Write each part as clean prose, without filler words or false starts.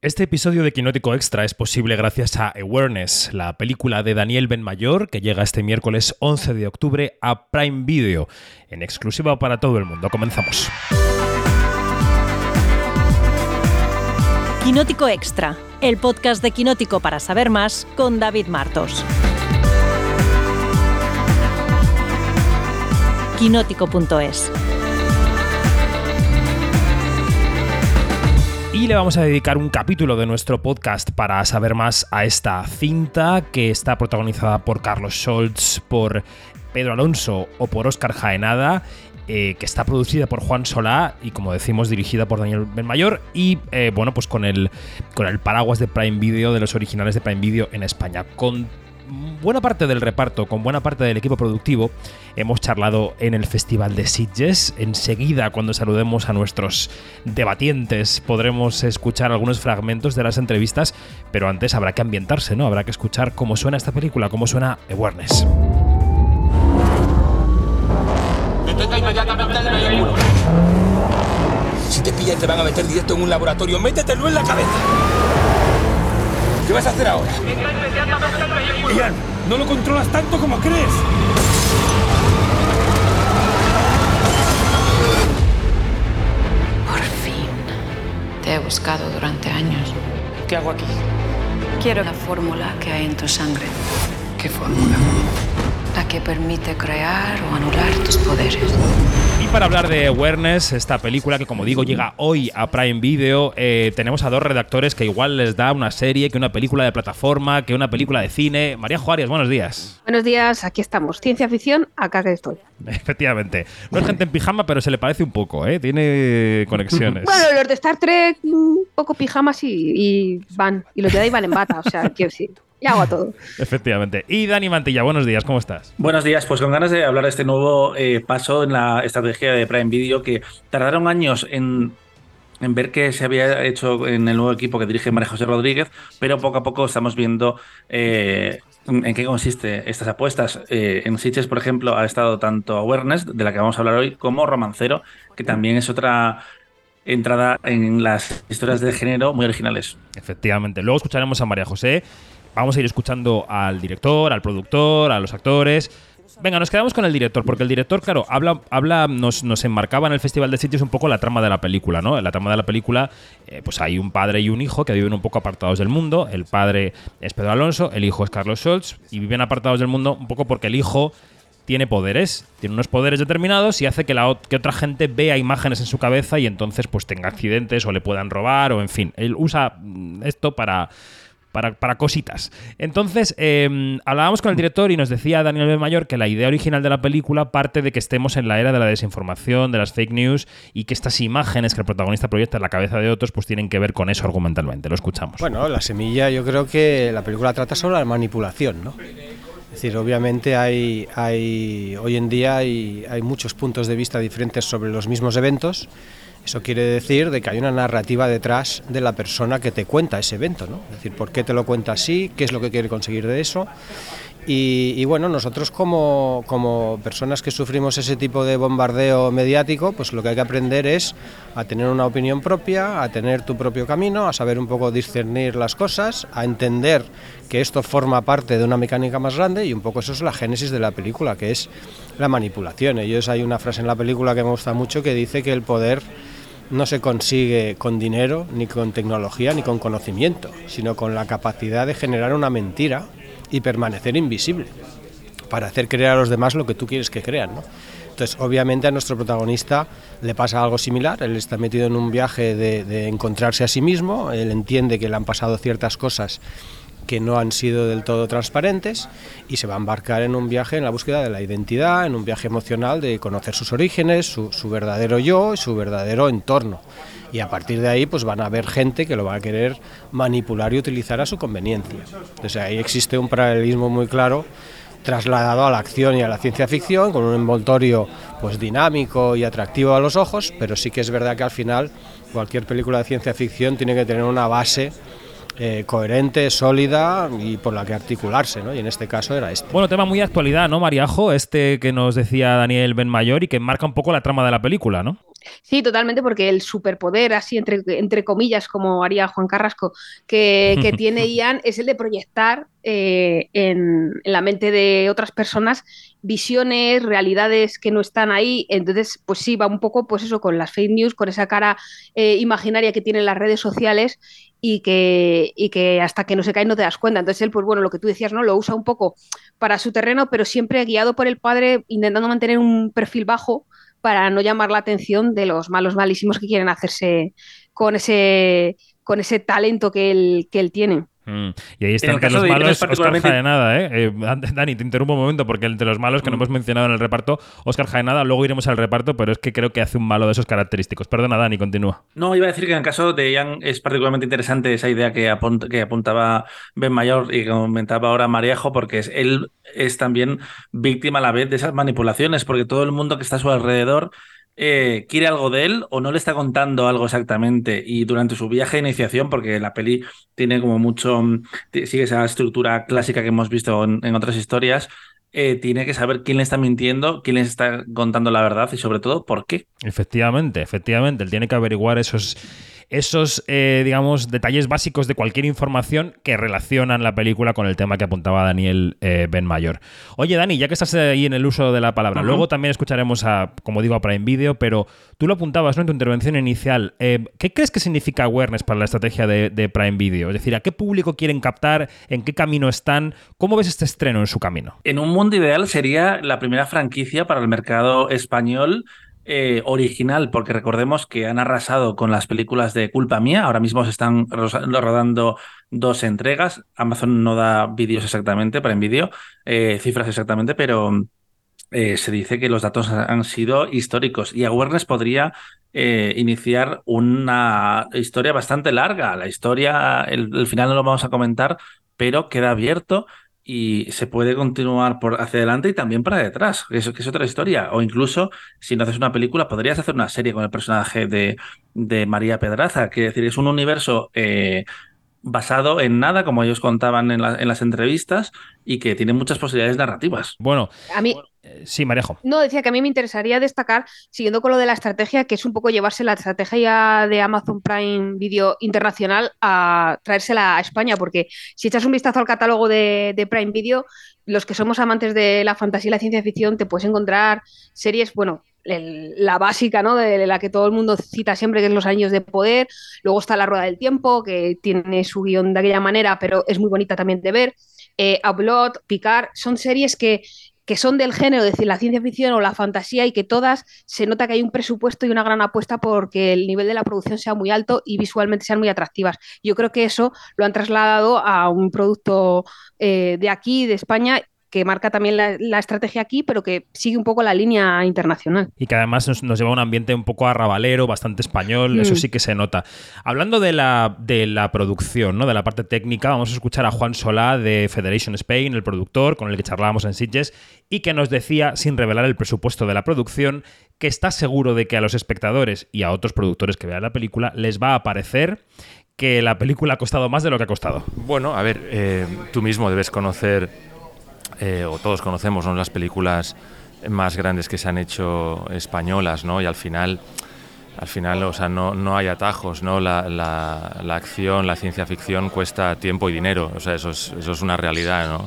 Este episodio de Quinótico Extra es posible gracias a Awareness, la película de Daniel Benmayor que llega este miércoles 11 de octubre a Prime Video, en exclusiva para todo el mundo. Comenzamos. Quinótico Extra, el podcast de Quinótico para saber más con David Martos. Quinótico.es. Y le vamos a dedicar un capítulo de nuestro podcast para saber más a esta cinta que está protagonizada por Carlos Scholz, por Pedro Alonso o por Óscar Jaenada, que está producida por Juan Solá y, como decimos, dirigida por Daniel Benmayor y, pues con el paraguas de Prime Video, de los originales de Prime Video en España. Con buena parte del reparto, con buena parte del equipo productivo, hemos charlado en el Festival de Sitges. Enseguida, cuando saludemos a nuestros debatientes, podremos escuchar algunos fragmentos de las entrevistas, pero antes habrá que ambientarse, ¿no? Habrá que escuchar cómo suena esta película, cómo suena Awareness. Detenga inmediatamente el vehículo. Si te pillan te van a meter directo en un laboratorio. ¡Métetelo en la cabeza! ¿Qué vas a hacer ahora? Ian, no lo controlas tanto como crees. Por fin. Te he buscado durante años. ¿Qué hago aquí? Quiero la fórmula que hay en tu sangre. ¿Qué fórmula? La que permite crear o anular tus poderes. Y para hablar de Awareness, esta película que, como digo, llega hoy a Prime Video, tenemos a dos redactores que igual les da una serie, que una película de plataforma, que una película de cine. María Juárez, buenos días. Buenos días, aquí estamos. Ciencia ficción, acá que estoy. Efectivamente. No es gente en pijama, pero se le parece un poco, ¿eh? Tiene conexiones. Bueno, los de Star Trek, un poco pijamas y van. Y los de ahí van en bata, o sea, quiero decir. Y hago a todo. Efectivamente. Y Dani Mantilla, buenos días, ¿cómo estás? Buenos días, pues con ganas de hablar de este nuevo paso en la estrategia de Prime Video, que tardaron años en ver que se había hecho en el nuevo equipo que dirige María José Rodríguez, pero poco a poco estamos viendo en qué consiste estas apuestas. En Sitges, por ejemplo, ha estado tanto Awareness, de la que vamos a hablar hoy, como Romancero, que también es otra entrada en las historias de género muy originales. Efectivamente. Luego escucharemos a María José. Vamos a ir escuchando al director, al productor, a los actores. Venga, nos quedamos con el director, porque el director, claro, nos enmarcaba en el Festival de Sitges un poco la trama de la película, ¿no? En la trama de la película, pues hay un padre y un hijo que viven un poco apartados del mundo. El padre es Pedro Alonso, el hijo es Carlos Scholz, y viven apartados del mundo un poco porque el hijo tiene poderes, tiene unos poderes determinados y hace que otra gente vea imágenes en su cabeza y entonces pues tenga accidentes o le puedan robar o en fin. Él usa esto para cositas. Entonces, hablábamos con el director y nos decía Daniel Benmayor que la idea original de la película parte de que estemos en la era de la desinformación, de las fake news, y que estas imágenes que el protagonista proyecta en la cabeza de otros pues tienen que ver con eso argumentalmente. Lo escuchamos. Bueno, la semilla, yo creo que la película trata sobre la manipulación, ¿no? Es decir, obviamente hoy en día hay muchos puntos de vista diferentes sobre los mismos eventos. Eso quiere decir de que hay una narrativa detrás de la persona que te cuenta ese evento, ¿no? Es decir, ¿por qué te lo cuenta así? ¿Qué es lo que quiere conseguir de eso? Y bueno, nosotros como personas que sufrimos ese tipo de bombardeo mediático, pues lo que hay que aprender es a tener una opinión propia, a tener tu propio camino, a saber un poco discernir las cosas, a entender que esto forma parte de una mecánica más grande, y un poco eso es la génesis de la película, que es la manipulación. Hay una frase en la película que me gusta mucho que dice que el poder no se consigue con dinero, ni con tecnología, ni con conocimiento, sino con la capacidad de generar una mentira y permanecer invisible, para hacer creer a los demás lo que tú quieres que crean, ¿no? Entonces, obviamente a nuestro protagonista le pasa algo similar. Él está metido en un viaje de encontrarse a sí mismo. Él entiende que le han pasado ciertas cosas que no han sido del todo transparentes y se va a embarcar en un viaje en la búsqueda de la identidad, en un viaje emocional de conocer sus orígenes, su verdadero yo y su verdadero entorno. Y a partir de ahí pues van a haber gente que lo va a querer manipular y utilizar a su conveniencia. Entonces ahí existe un paralelismo muy claro trasladado a la acción y a la ciencia ficción, con un envoltorio pues dinámico y atractivo a los ojos, pero sí que es verdad que al final cualquier película de ciencia ficción tiene que tener una base coherente, sólida y por la que articularse, ¿no? Y en este caso era este. Bueno, tema muy de actualidad, ¿no, Mariajo? Este que nos decía Daniel Benmayor y que marca un poco la trama de la película, ¿no? Sí, totalmente, porque el superpoder, así entre comillas, como haría Juan Carrasco, que tiene Ian, es el de proyectar en la mente de otras personas visiones, realidades que no están ahí. Entonces, pues sí, va un poco, pues eso, con las fake news, con esa cara imaginaria que tienen las redes sociales y que hasta que no se cae no te das cuenta. Entonces él, pues bueno, lo que tú decías, ¿no? Lo usa un poco para su terreno, pero siempre guiado por el padre, intentando mantener un perfil bajo para no llamar la atención de los malos malísimos que quieren hacerse con ese talento que él tiene. Y ahí En está el entre caso los de Ian es malos Óscar particularmente. Jaenada, ¿eh? Dani, te interrumpo un momento porque entre los malos que no hemos mencionado en el reparto, Óscar Jaenada, luego iremos al reparto, pero es que creo que hace un malo de esos característicos. Perdona, Dani, continúa. No, iba a decir que en el caso de Ian es particularmente interesante esa idea que apuntaba Ben Mayor y que comentaba ahora Maríajo, porque él es también víctima a la vez de esas manipulaciones, porque todo el mundo que está a su alrededor quiere algo de él o no le está contando algo exactamente. Y durante su viaje de iniciación, porque la peli tiene como mucho, sigue esa estructura clásica que hemos visto en otras historias, tiene que saber quién le está mintiendo, quién le está contando la verdad y sobre todo por qué. Efectivamente, efectivamente. Él tiene que averiguar esos digamos, detalles básicos de cualquier información que relacionan la película con el tema que apuntaba Daniel Ben Mayor. Oye, Dani, ya que estás ahí en el uso de la palabra, luego también escucharemos como digo, a Prime Video, pero tú lo apuntabas, ¿no?, en tu intervención inicial. ¿Qué crees que significa awareness para la estrategia de Prime Video? Es decir, ¿a qué público quieren captar? ¿En qué camino están? ¿Cómo ves este estreno en su camino? En un mundo ideal sería la primera franquicia para el mercado español original, porque recordemos que han arrasado con las películas de Culpa Mía. Ahora mismo se están rodando 2 entregas. Amazon no da vídeos exactamente, para Video, cifras exactamente, pero se dice que los datos han sido históricos y Awareness podría iniciar una historia bastante larga. La historia, el final no lo vamos a comentar, pero queda abierto y se puede continuar por hacia adelante y también para detrás, que es otra historia. O incluso, si no haces una película, podrías hacer una serie con el personaje de María Pedraza, que es decir, es un universo basado en nada, como ellos contaban en las entrevistas, y que tiene muchas posibilidades narrativas. Bueno, A mí, sí, Marejo. no, decía que a mí me interesaría destacar, siguiendo con lo de la estrategia, que es un poco llevarse la estrategia de Amazon Prime Video internacional a traérsela a España, porque si echas un vistazo al catálogo de Prime Video, los que somos amantes de la fantasía y la ciencia ficción, te puedes encontrar series, bueno, la básica, ¿no?, de la que todo el mundo cita siempre, que es Los Anillos de Poder. Luego está La Rueda del Tiempo, que tiene su guión de aquella manera, pero es muy bonita también de ver. Upload, Picard, son series que son del género, es decir, la ciencia ficción o la fantasía, y que todas se nota que hay un presupuesto y una gran apuesta porque el nivel de la producción sea muy alto y visualmente sean muy atractivas. Yo creo que eso lo han trasladado a un producto de aquí, de España, que marca también la estrategia aquí, pero que sigue un poco la línea internacional. Y que además nos lleva a un ambiente un poco arrabalero, bastante español, eso sí que se nota. Hablando de la producción, ¿no?, de la parte técnica, vamos a escuchar a Juan Solá de Federation Spain, el productor, con el que charlábamos en Sitges, y que nos decía, sin revelar el presupuesto de la producción, que está seguro de que a los espectadores y a otros productores que vean la película les va a parecer que la película ha costado más de lo que ha costado. Bueno, a ver, tú mismo debes conocer... o todos conocemos, ¿no?, las películas más grandes que se han hecho españolas, ¿no? Y al final, o sea, no hay atajos, ¿no? La acción, la ciencia ficción cuesta tiempo y dinero, o sea, eso es una realidad, ¿no?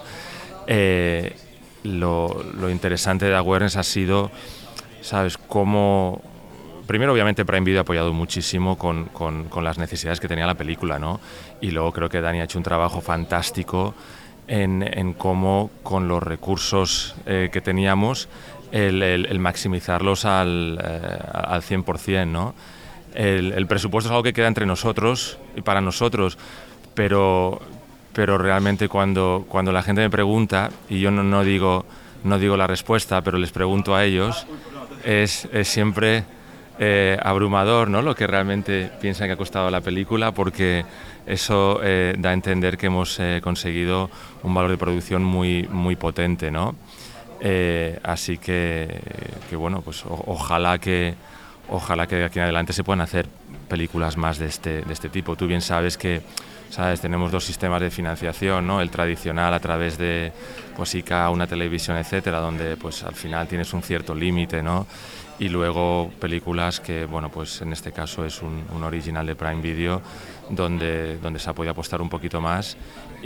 Lo interesante de Awareness ha sido, ¿sabes?, cómo... Primero, obviamente, Prime Video ha apoyado muchísimo con las necesidades que tenía la película, ¿no? Y luego creo que Dani ha hecho un trabajo fantástico en cómo con los recursos que teníamos el maximizarlos al 100%, ¿no? El presupuesto es algo que queda entre nosotros y para nosotros, pero realmente cuando la gente me pregunta, y yo no digo la respuesta, pero les pregunto a ellos, es siempre abrumador, ¿no?, lo que realmente piensan que ha costado la película, porque eso da a entender que hemos conseguido un valor de producción muy, muy potente, ¿no? Así que bueno, pues ojalá que de aquí en adelante se puedan hacer películas más de este tipo. Tú bien sabes que tenemos 2 sistemas de financiación, ¿no? El tradicional a través de pues ICA, una televisión, etcétera, donde pues al final tienes un cierto límite, ¿no? y luego películas que, bueno, pues en este caso es un original de Prime Video donde se ha podido apostar un poquito más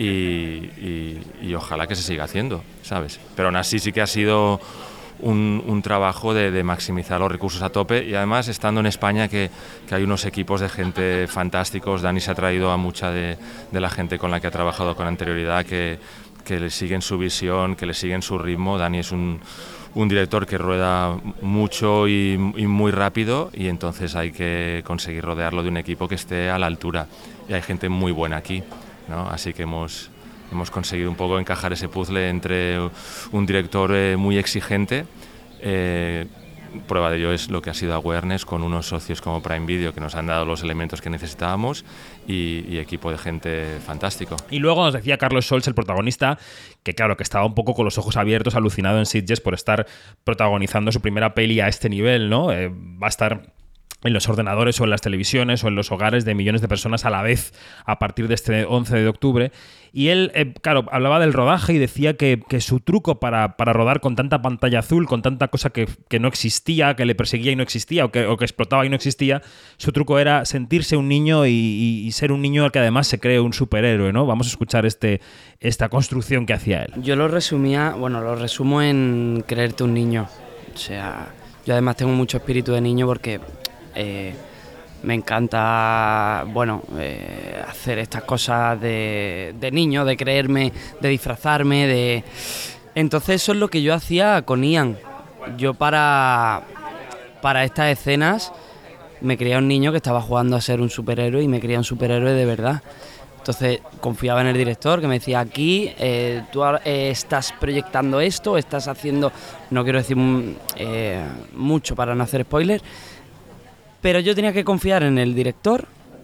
y ojalá que se siga haciendo, ¿sabes? Pero aún así sí que ha sido un trabajo de maximizar los recursos a tope, y además estando en España que hay unos equipos de gente fantásticos. Dani se ha traído a mucha de la gente con la que ha trabajado con anterioridad que le siguen su visión, que le siguen su ritmo. Dani es un director que rueda mucho y muy rápido, y entonces hay que conseguir rodearlo de un equipo que esté a la altura, y hay gente muy buena aquí, ¿no? Así que hemos conseguido un poco encajar ese puzzle entre un director muy exigente, prueba de ello es lo que ha sido Awareness, con unos socios como Prime Video que nos han dado los elementos que necesitábamos, y equipo de gente fantástico. Y luego nos decía Carlos Scholz, el protagonista, que claro, que estaba un poco con los ojos abiertos, alucinado en Sitges por estar protagonizando su primera peli a este nivel, ¿no? Va a estar en los ordenadores o en las televisiones o en los hogares de millones de personas a la vez a partir de este 11 de octubre. Y él, claro, hablaba del rodaje y decía que su truco para rodar con tanta pantalla azul, con tanta cosa que no existía, que le perseguía y no existía, o que explotaba y no existía, su truco era sentirse un niño y ser un niño al que además se cree un superhéroe, ¿no? Vamos a escuchar esta construcción que hacía él. Yo lo resumo en creerte un niño. O sea, yo además tengo mucho espíritu de niño porque me encanta, hacer estas cosas de niño, de creerme, de disfrazarme, Entonces eso es lo que yo hacía con Ian. Yo para estas escenas me creía un niño que estaba jugando a ser un superhéroe, y me creía un superhéroe de verdad. Entonces confiaba en el director, que me decía, aquí tú estás proyectando esto, estás haciendo... No quiero decir mucho para no hacer spoilers, pero yo tenía que confiar en el director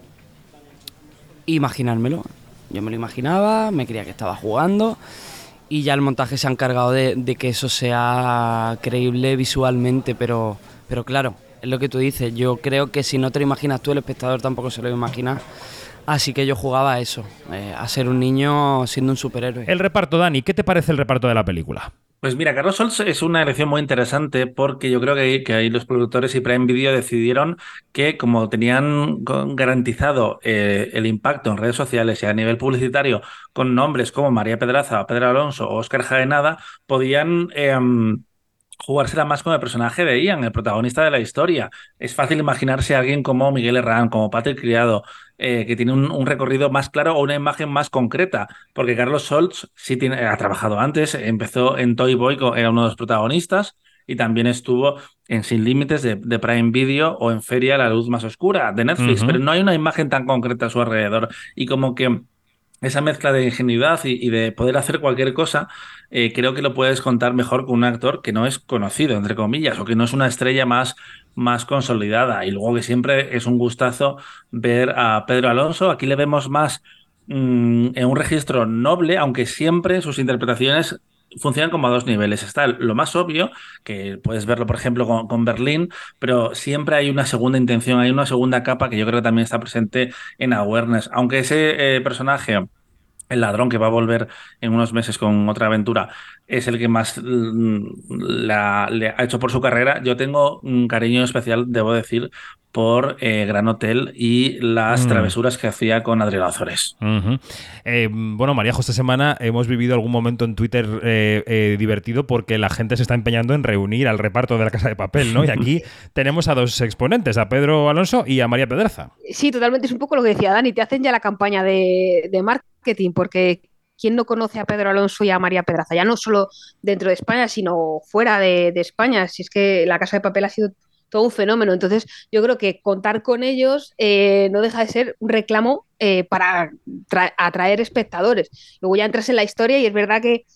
e imaginármelo. Yo me lo imaginaba, me creía que estaba jugando, y ya el montaje se ha encargado de que eso sea creíble visualmente, pero claro, es lo que tú dices. Yo creo que si no te lo imaginas tú, el espectador tampoco se lo imagina. Así que yo jugaba a eso, a ser un niño siendo un superhéroe. El reparto, Dani, ¿qué te parece el reparto de la película? Pues mira, Carlos Scholz es una elección muy interesante, porque yo creo que ahí los productores y Prime Video decidieron que, como tenían garantizado el impacto en redes sociales y a nivel publicitario con nombres como María Pedraza, Pedro Alonso o Óscar Jaenada, podían jugársela más con el personaje de Ian, el protagonista de la historia. Es fácil imaginarse a alguien como Miguel Herrán, como Patrick Criado, que tiene un recorrido más claro o una imagen más concreta, porque Carlos Scholz ha trabajado antes, empezó en Toy Boy, era uno de los protagonistas, y también estuvo en Sin Límites de Prime Video, o en Feria, La Luz Más Oscura de Netflix, pero no hay una imagen tan concreta a su alrededor, y como que esa mezcla de ingenuidad y de poder hacer cualquier cosa, creo que lo puedes contar mejor con un actor que no es conocido, entre comillas, o que no es una estrella más consolidada. Y luego que siempre es un gustazo ver a Pedro Alonso. Aquí le vemos más en un registro noble, aunque siempre sus interpretaciones funcionan como a dos niveles. Está lo más obvio, que puedes verlo, por ejemplo, con Berlín, pero siempre hay una segunda intención, hay una segunda capa que yo creo que también está presente en Awareness. Aunque ese personaje, el ladrón que va a volver en unos meses con otra aventura, es el que más le ha hecho por su carrera, yo tengo un cariño especial, debo decir, por Gran Hotel y las travesuras que hacía con Adrián Ozores. Bueno, María, esta semana hemos vivido algún momento en Twitter divertido, porque la gente se está empeñando en reunir al reparto de La Casa de Papel, ¿no? Y aquí tenemos a dos exponentes, a Pedro Alonso y a María Pedraza. Sí, totalmente, es un poco lo que decía Dani, te hacen ya la campaña de marketing, porque ¿quién no conoce a Pedro Alonso y a María Pedraza? Ya no solo dentro de España, sino fuera de España. Si es que La Casa de Papel ha sido todo un fenómeno. Entonces, yo creo que contar con ellos no deja de ser un reclamo para atraer espectadores. Luego ya entras en la historia y es verdad que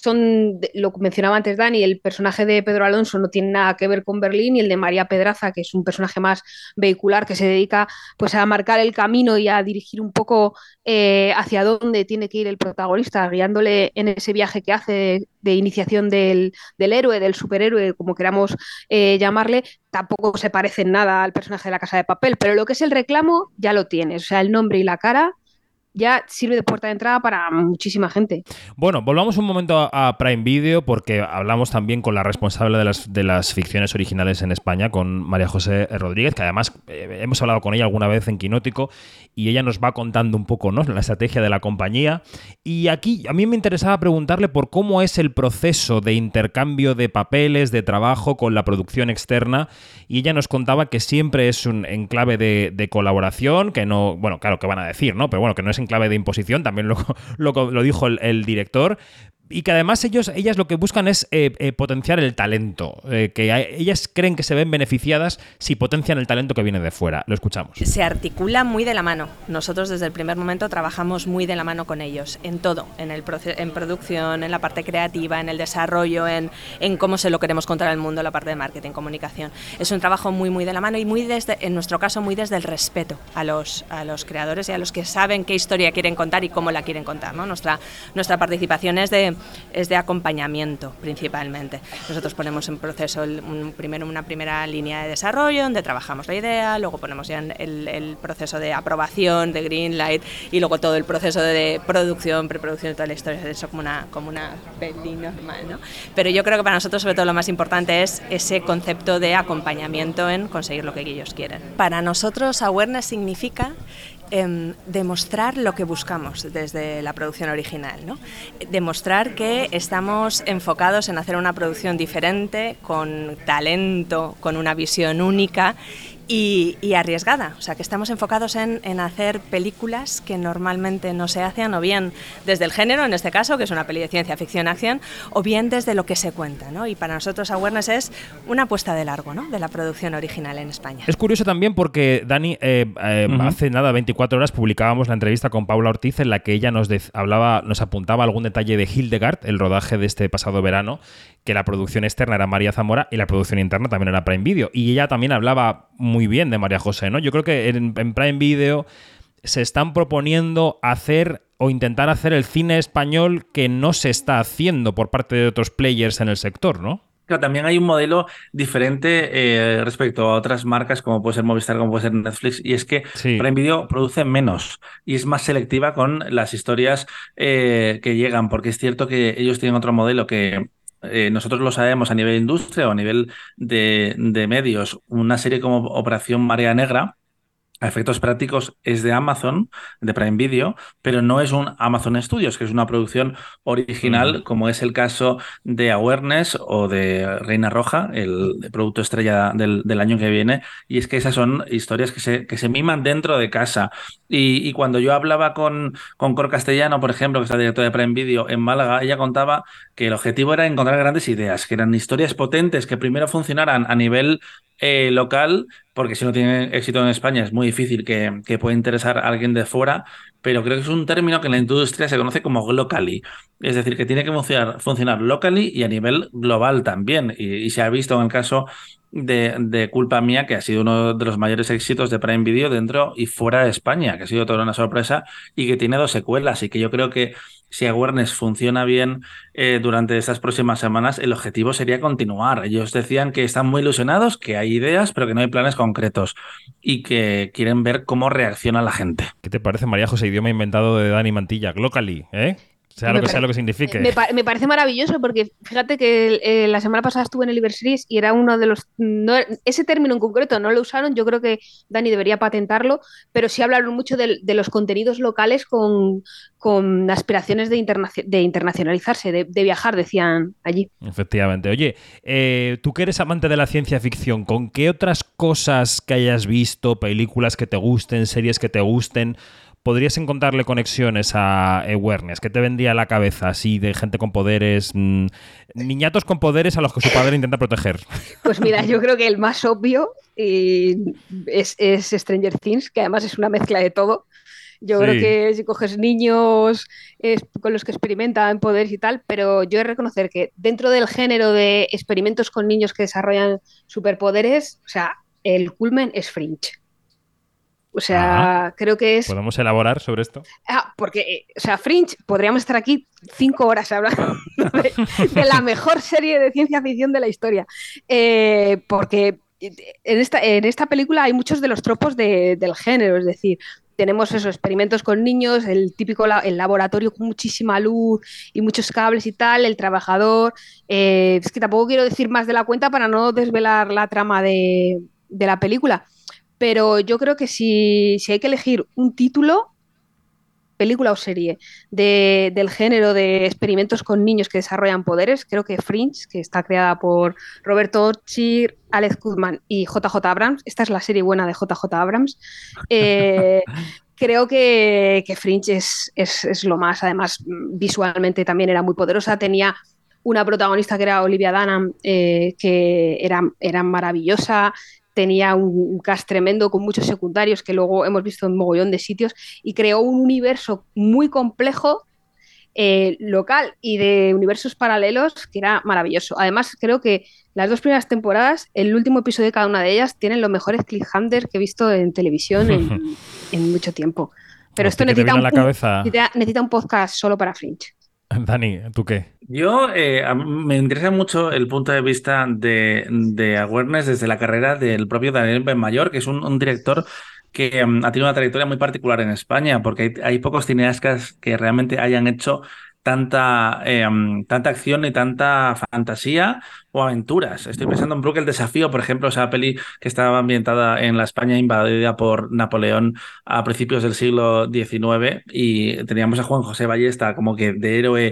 lo que mencionaba antes Dani, el personaje de Pedro Alonso no tiene nada que ver con Berlín, y el de María Pedraza, que es un personaje más vehicular, que se dedica pues a marcar el camino y a dirigir un poco hacia dónde tiene que ir el protagonista, guiándole en ese viaje que hace de iniciación del héroe, del superhéroe, como queramos llamarle. Tampoco se parece en nada al personaje de La Casa de Papel, pero lo que es el reclamo ya lo tienes, o sea, el nombre y la cara ya sirve de puerta de entrada para muchísima gente. Bueno, volvamos un momento a Prime Video porque hablamos también con la responsable de las ficciones originales en España, con María José Rodríguez, que además hemos hablado con ella alguna vez en Quinótico y ella nos va contando un poco, ¿no?, la estrategia de la compañía. Y aquí a mí me interesaba preguntarle por cómo es el proceso de intercambio de papeles, de trabajo con la producción externa, y ella nos contaba que siempre es un enclave de colaboración, que no, bueno, claro, que van a decir, ¿no?, pero bueno, que no es en clave de imposición, también lo dijo el director, y que además ellas lo que buscan es potenciar el talento, ellas creen que se ven beneficiadas si potencian el talento que viene de fuera. Lo escuchamos. Se articula muy de la mano. Nosotros desde el primer momento trabajamos muy de la mano con ellos, en todo, en producción, en la parte creativa, en el desarrollo, en cómo se lo queremos contar al mundo, la parte de marketing, comunicación. Es un trabajo muy, muy de la mano y muy en nuestro caso, muy desde el respeto a los creadores y a los que saben qué historia quieren contar y cómo la quieren contar, ¿no? Nuestra participación es de acompañamiento principalmente. Nosotros ponemos en proceso una primera línea de desarrollo donde trabajamos la idea, luego ponemos ya el proceso de aprobación, de green light, y luego todo el proceso de producción, preproducción y toda la historia, eso como una peli normal, ¿no? Pero yo creo que para nosotros sobre todo lo más importante es ese concepto de acompañamiento en conseguir lo que ellos quieren. Para nosotros awareness significa demostrar lo que buscamos desde la producción original, ¿no? Demostrar que estamos enfocados en hacer una producción diferente, con talento, con una visión única y arriesgada, o sea, que estamos enfocados en hacer películas que normalmente no se hacen, o bien desde el género, en este caso, que es una peli de ciencia ficción-acción, o bien desde lo que se cuenta, ¿no? Y para nosotros Awareness es una apuesta de largo, ¿no?, de la producción original en España. Es curioso también porque, Dani, hace nada, 24 horas, publicábamos la entrevista con Paula Ortiz en la que ella nos apuntaba algún detalle de Hildegard, el rodaje de este pasado verano, que la producción externa era María Zamora y la producción interna también era Prime Video. Y ella también hablaba muy bien de María José, ¿no? Yo creo que en Prime Video se están proponiendo hacer o intentar hacer el cine español que no se está haciendo por parte de otros players en el sector, ¿no? Claro, también hay un modelo diferente respecto a otras marcas como puede ser Movistar, como puede ser Netflix, y es que Prime Video produce menos y es más selectiva con las historias que llegan, porque es cierto que ellos tienen otro modelo que nosotros lo sabemos a nivel industria o a nivel de medios. Una serie como Operación Marea Negra, a efectos prácticos, es de Amazon, de Prime Video, pero no es un Amazon Studios, que es una producción original, como es el caso de Awareness o de Reina Roja, el producto estrella del año que viene, y es que esas son historias que se miman dentro de casa. Y cuando yo hablaba con Cor Castellano, por ejemplo, que es la directora de Prime Video en Málaga, ella contaba que el objetivo era encontrar grandes ideas, que eran historias potentes, que primero funcionaran a nivel local, porque si no tiene éxito en España es muy difícil que pueda interesar a alguien de fuera, pero creo que es un término que en la industria se conoce como glocally, es decir, que tiene que funcionar locally y a nivel global también, y se ha visto en el caso de Culpa Mía, que ha sido uno de los mayores éxitos de Prime Video dentro y fuera de España, que ha sido toda una sorpresa y que tiene 2 secuelas, y que yo creo que si Awareness funciona bien durante estas próximas semanas, el objetivo sería continuar. Ellos decían que están muy ilusionados, que hay ideas, pero que no hay planes concretos y que quieren ver cómo reacciona la gente. ¿Qué te parece, María José, idioma inventado de Dani Mantilla? Glocally, ¿eh? Sea lo que signifique. Me parece maravilloso porque fíjate que la semana pasada estuve en el Iberseries y era uno de los... ese término en concreto no lo usaron, yo creo que Dani debería patentarlo, pero sí hablaron mucho de los contenidos locales con aspiraciones de internacionalizarse, de viajar, decían allí. Efectivamente. Oye, tú que eres amante de la ciencia ficción, ¿con qué otras cosas que hayas visto, películas que te gusten, series que te gusten, podrías encontrarle conexiones a Awareness? ¿Qué te vendría a la cabeza así de gente con poderes, niñatos con poderes a los que su padre intenta proteger? Pues mira, yo creo que el más obvio es Stranger Things, que además es una mezcla de todo. Yo creo que si coges niños con los que experimentan poderes y tal, pero yo he de reconocer que dentro del género de experimentos con niños que desarrollan superpoderes, o sea, el culmen es Fringe. O sea, creo que es... ¿Podemos elaborar sobre esto? Porque, o sea, Fringe, podríamos estar aquí 5 horas hablando de la mejor serie de ciencia ficción de la historia. Porque en esta película hay muchos de los tropos del género, es decir, tenemos esos experimentos con niños, el típico el laboratorio con muchísima luz y muchos cables y tal, el trabajador. Es que tampoco quiero decir más de la cuenta para no desvelar la trama de la película, pero yo creo que si hay que elegir un título, película o serie del género de experimentos con niños que desarrollan poderes, creo que Fringe, que está creada por Roberto Orci, Alex Kurtzman y JJ Abrams, esta es la serie buena de JJ Abrams, creo que Fringe es lo más. Además, visualmente también era muy poderosa, tenía una protagonista que era Olivia Dunham, que era maravillosa, tenía un cast tremendo con muchos secundarios que luego hemos visto en mogollón de sitios, y creó un universo muy complejo, local y de universos paralelos, que era maravilloso. Además, creo que las 2 primeras temporadas, el último episodio de cada una de ellas, tienen los mejores cliffhangers que he visto en televisión en mucho tiempo. Pero esto necesita necesita un podcast solo para Fringe. Dani, ¿tú qué? Yo me interesa mucho el punto de vista de Awareness desde la carrera del propio Daniel Benmayor, que es un director que ha tenido una trayectoria muy particular en España, porque hay pocos cineastas que realmente hayan hecho tanta acción y tanta fantasía o aventuras. Estoy pensando en Brooke el desafío, por ejemplo, esa peli que estaba ambientada en la España invadida por Napoleón a principios del siglo XIX, y teníamos a Juan José Ballesta como que de héroe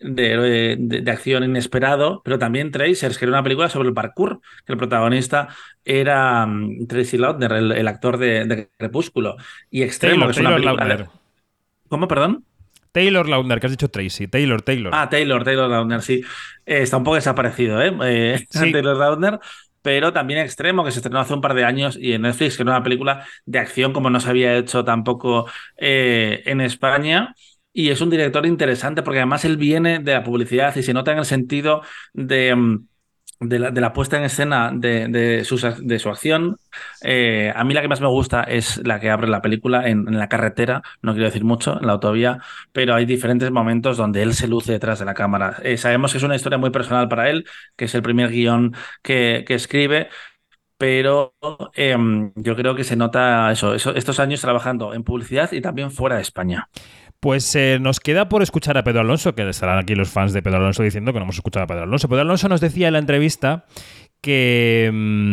de acción inesperado, pero también Tracers, que era una película sobre el parkour, que el protagonista era Tracy Lautner, el actor de Crepúsculo, y Extremo, que es una película... Lautner. ¿Cómo, perdón? Taylor Lautner, que has dicho Tracy. Taylor. Ah, Taylor Lautner, sí. Está un poco desaparecido, Sí. Taylor Lautner. Pero también Extremo, que se estrenó hace un par de años, y en Netflix, que era una película de acción como no se había hecho tampoco en España. Y es un director interesante porque además él viene de la publicidad y se nota en el sentido de la puesta en escena de su acción. A mí la que más me gusta es la que abre la película en la carretera, no quiero decir mucho, en la autovía, pero hay diferentes momentos donde él se luce detrás de la cámara. Sabemos que es una historia muy personal para él, que es el primer guión que escribe, pero yo creo que se nota eso, estos años trabajando en publicidad y también fuera de España. Pues nos queda por escuchar a Pedro Alonso, que estarán aquí los fans de Pedro Alonso diciendo que no hemos escuchado a Pedro Alonso. Pedro Alonso nos decía en la entrevista que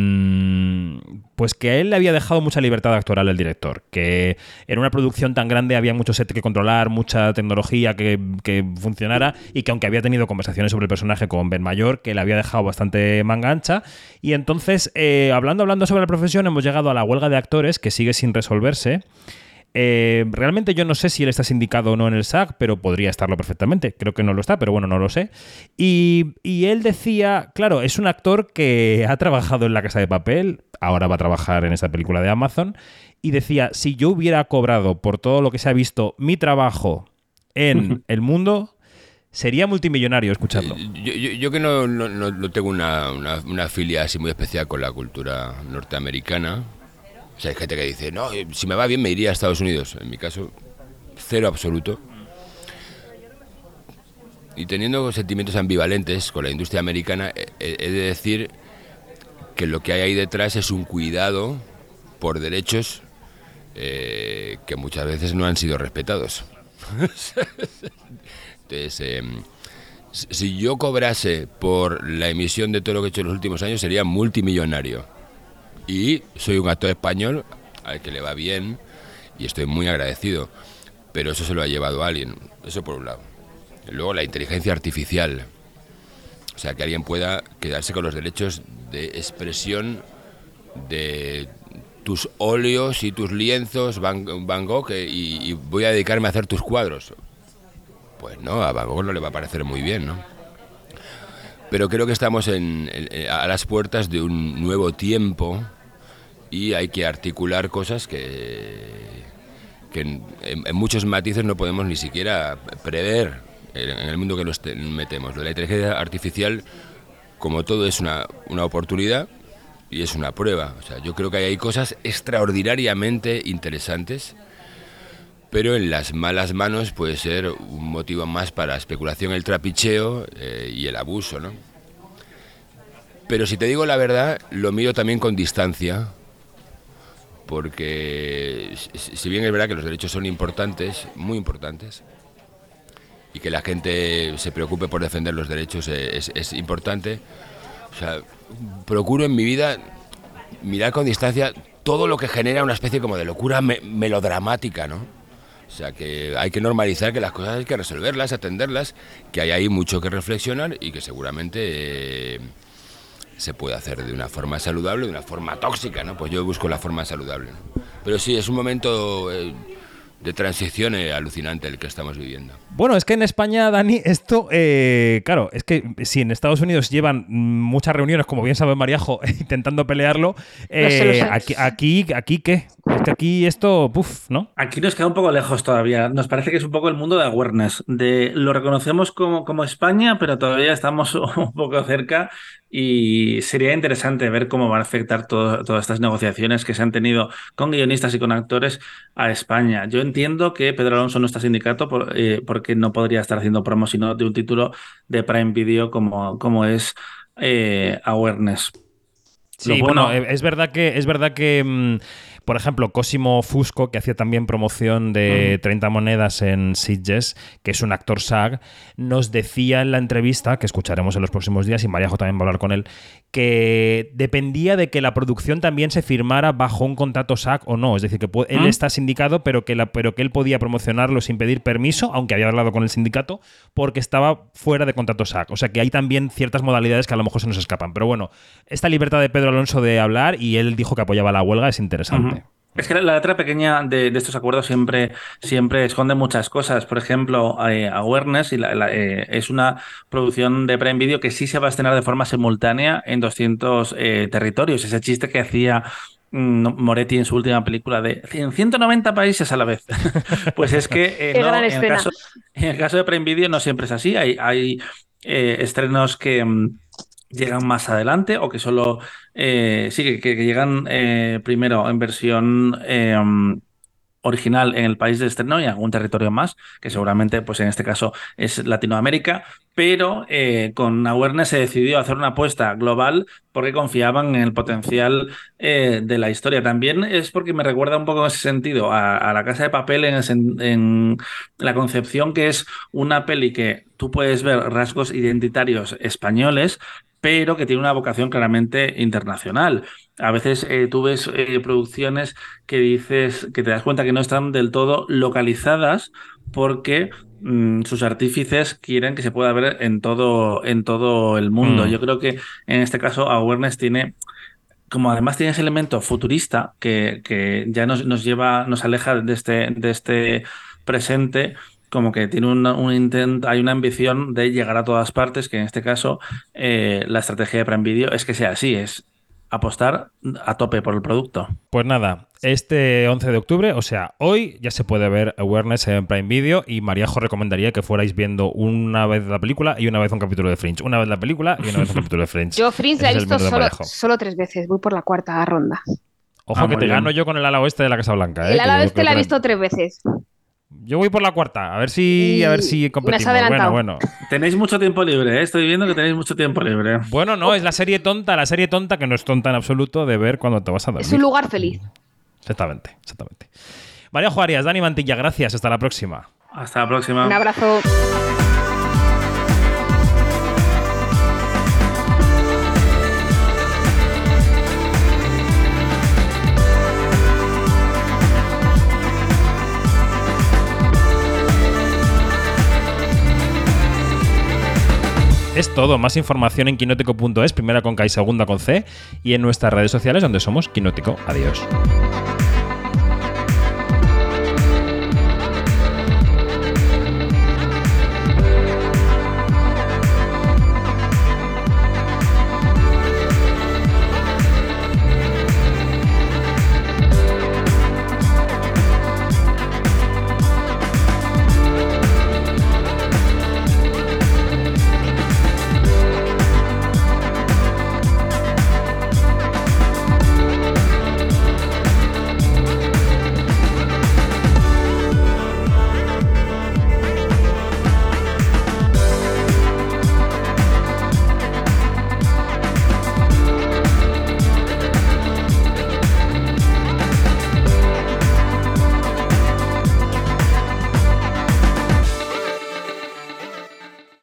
pues que a él le había dejado mucha libertad actoral el director, que en una producción tan grande había mucho set que controlar, mucha tecnología que funcionara, y que aunque había tenido conversaciones sobre el personaje con Benmayor, que le había dejado bastante manga ancha. Y entonces, hablando sobre la profesión, hemos llegado a la huelga de actores, que sigue sin resolverse. Realmente yo no sé si él está sindicado o no en el SAG, pero podría estarlo perfectamente. Creo que no lo está, pero bueno, no lo sé. Y él decía, claro, es un actor que ha trabajado en La Casa de Papel, ahora va a trabajar en esta película de Amazon, y decía, si yo hubiera cobrado por todo lo que se ha visto mi trabajo en el mundo, sería multimillonario. Escuchadlo. Yo que no tengo una filia así muy especial con la cultura norteamericana. O sea, hay gente que dice, no, si me va bien me iría a Estados Unidos. En mi caso, cero absoluto. Y teniendo sentimientos ambivalentes con la industria americana, he de decir que lo que hay ahí detrás es un cuidado por derechos que muchas veces no han sido respetados. Entonces, si yo cobrase por la emisión de todo lo que he hecho en los últimos años, sería multimillonario. Y soy un actor español al que le va bien y estoy muy agradecido. Pero eso se lo ha llevado a alguien. Eso por un lado. Luego la inteligencia artificial. O sea, que alguien pueda quedarse con los derechos de expresión de tus óleos y tus lienzos, Van Gogh, y voy a dedicarme a hacer tus cuadros. Pues no, a Van Gogh no le va a parecer muy bien, ¿no? Pero creo que estamos a las puertas de un nuevo tiempo y hay que articular cosas que en muchos matices no podemos ni siquiera prever en el mundo que nos metemos. Lo de la inteligencia artificial, como todo, es una oportunidad y es una prueba. O sea, yo creo que hay cosas extraordinariamente interesantes, pero en las malas manos puede ser un motivo más para la especulación, el trapicheo y el abuso, ¿no? Pero si te digo la verdad, lo miro también con distancia, porque si bien es verdad que los derechos son importantes, muy importantes, y que la gente se preocupe por defender los derechos es importante, o sea, procuro en mi vida mirar con distancia todo lo que genera una especie como de locura melodramática, ¿no? O sea, que hay que normalizar que las cosas hay que resolverlas, atenderlas, que hay ahí mucho que reflexionar y que seguramente se puede hacer de una forma saludable, de una forma tóxica, ¿no? Pues yo busco la forma saludable, ¿no? Pero sí, es un momento de transición alucinante el que estamos viviendo. Bueno, es que en España, Dani, esto, claro, es que si en Estados Unidos llevan muchas reuniones, como bien sabe Mariajo, intentando pelearlo, aquí ¿qué? Es que aquí esto, ¿no? Aquí nos queda un poco lejos todavía. Nos parece que es un poco el mundo de awareness. Lo reconocemos como España, pero todavía estamos un poco cerca y sería interesante ver cómo van a afectar todas estas negociaciones que se han tenido con guionistas y con actores a España. Yo entiendo que Pedro Alonso no está sindicato porque no podría estar haciendo promo sino de un título de Prime Video como es Awareness. Sí, bueno, es verdad que por ejemplo, Cosimo Fusco, que hacía también promoción de 30 monedas en Sitges, que es un actor SAG, nos decía en la entrevista, que escucharemos en los próximos días, y Mariajo también va a hablar con él, que dependía de que la producción también se firmara bajo un contrato SAG o no. Es decir, que él está sindicado, pero que él podía promocionarlo sin pedir permiso, aunque había hablado con el sindicato, porque estaba fuera de contrato SAG. O sea, que hay también ciertas modalidades que a lo mejor se nos escapan. Pero bueno, esta libertad de Pedro Alonso de hablar, y él dijo que apoyaba la huelga, es interesante. Es que la letra pequeña de estos acuerdos siempre esconde muchas cosas. Por ejemplo, Awareness es una producción de Prime Video que sí se va a estrenar de forma simultánea en 200 territorios. Ese chiste que hacía Moretti en su última película de 190 países a la vez. Pues es que en el caso de Prime Video no siempre es así. Hay estrenos que llegan más adelante o que solo que llegan primero en versión original en el país de estreno y en algún territorio más, que seguramente pues en este caso es Latinoamérica, pero con Awareness se decidió hacer una apuesta global porque confiaban en el potencial de la historia. También es porque me recuerda un poco en ese sentido a La Casa de Papel en la concepción que es una peli que tú puedes ver rasgos identitarios españoles, pero que tiene una vocación claramente internacional. A veces tú ves producciones que dices, que te das cuenta que no están del todo localizadas porque sus artífices quieren que se pueda ver en todo el mundo. Yo creo que en este caso Awareness tiene, como además tiene ese elemento futurista que ya nos aleja de este presente, como que tiene un intento, hay una ambición de llegar a todas partes, que en este caso la estrategia de Prime Video es que sea así, es apostar a tope por el producto. Pues nada, este 11 de octubre, o sea, hoy ya se puede ver Awareness en Prime Video, y Mariajo recomendaría que fuerais viendo una vez la película y una vez un capítulo de Fringe. Una vez la película y una vez un capítulo de Fringe. Yo Fringe la he visto solo 3 veces, voy por la 4ª ronda. Ojo que te gano yo con el ala oeste de la Casa Blanca. El ala oeste la he visto 3 veces. Yo voy por la 4ª, a ver si competimos. Bueno. Tenéis mucho tiempo libre, ¿eh? Estoy viendo que tenéis mucho tiempo libre. Bueno, no, es la serie tonta que no es tonta en absoluto de ver cuando te vas a dormir. Es un lugar feliz. Exactamente. Mariajo Arias, Dani Mantilla, gracias, hasta la próxima. Hasta la próxima. Un abrazo. Es todo. Más información en quinótico.es, primera con K y segunda con C, y en nuestras redes sociales donde somos Quinótico. Adiós.